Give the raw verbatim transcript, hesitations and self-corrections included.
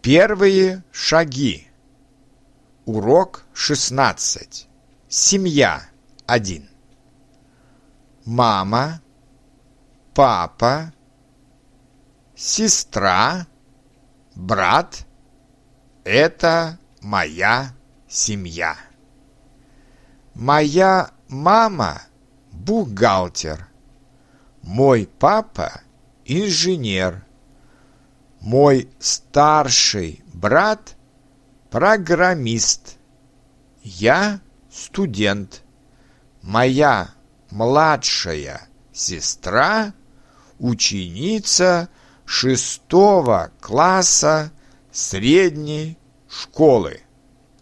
Первые шаги. Урок шестнадцать. Семья один. Мама, папа, сестра, брат – это моя семья. Моя мама – бухгалтер. Мой папа – инженер. Мой старший брат – программист. Я – студент. Моя младшая сестра – ученица шестого класса средней школы.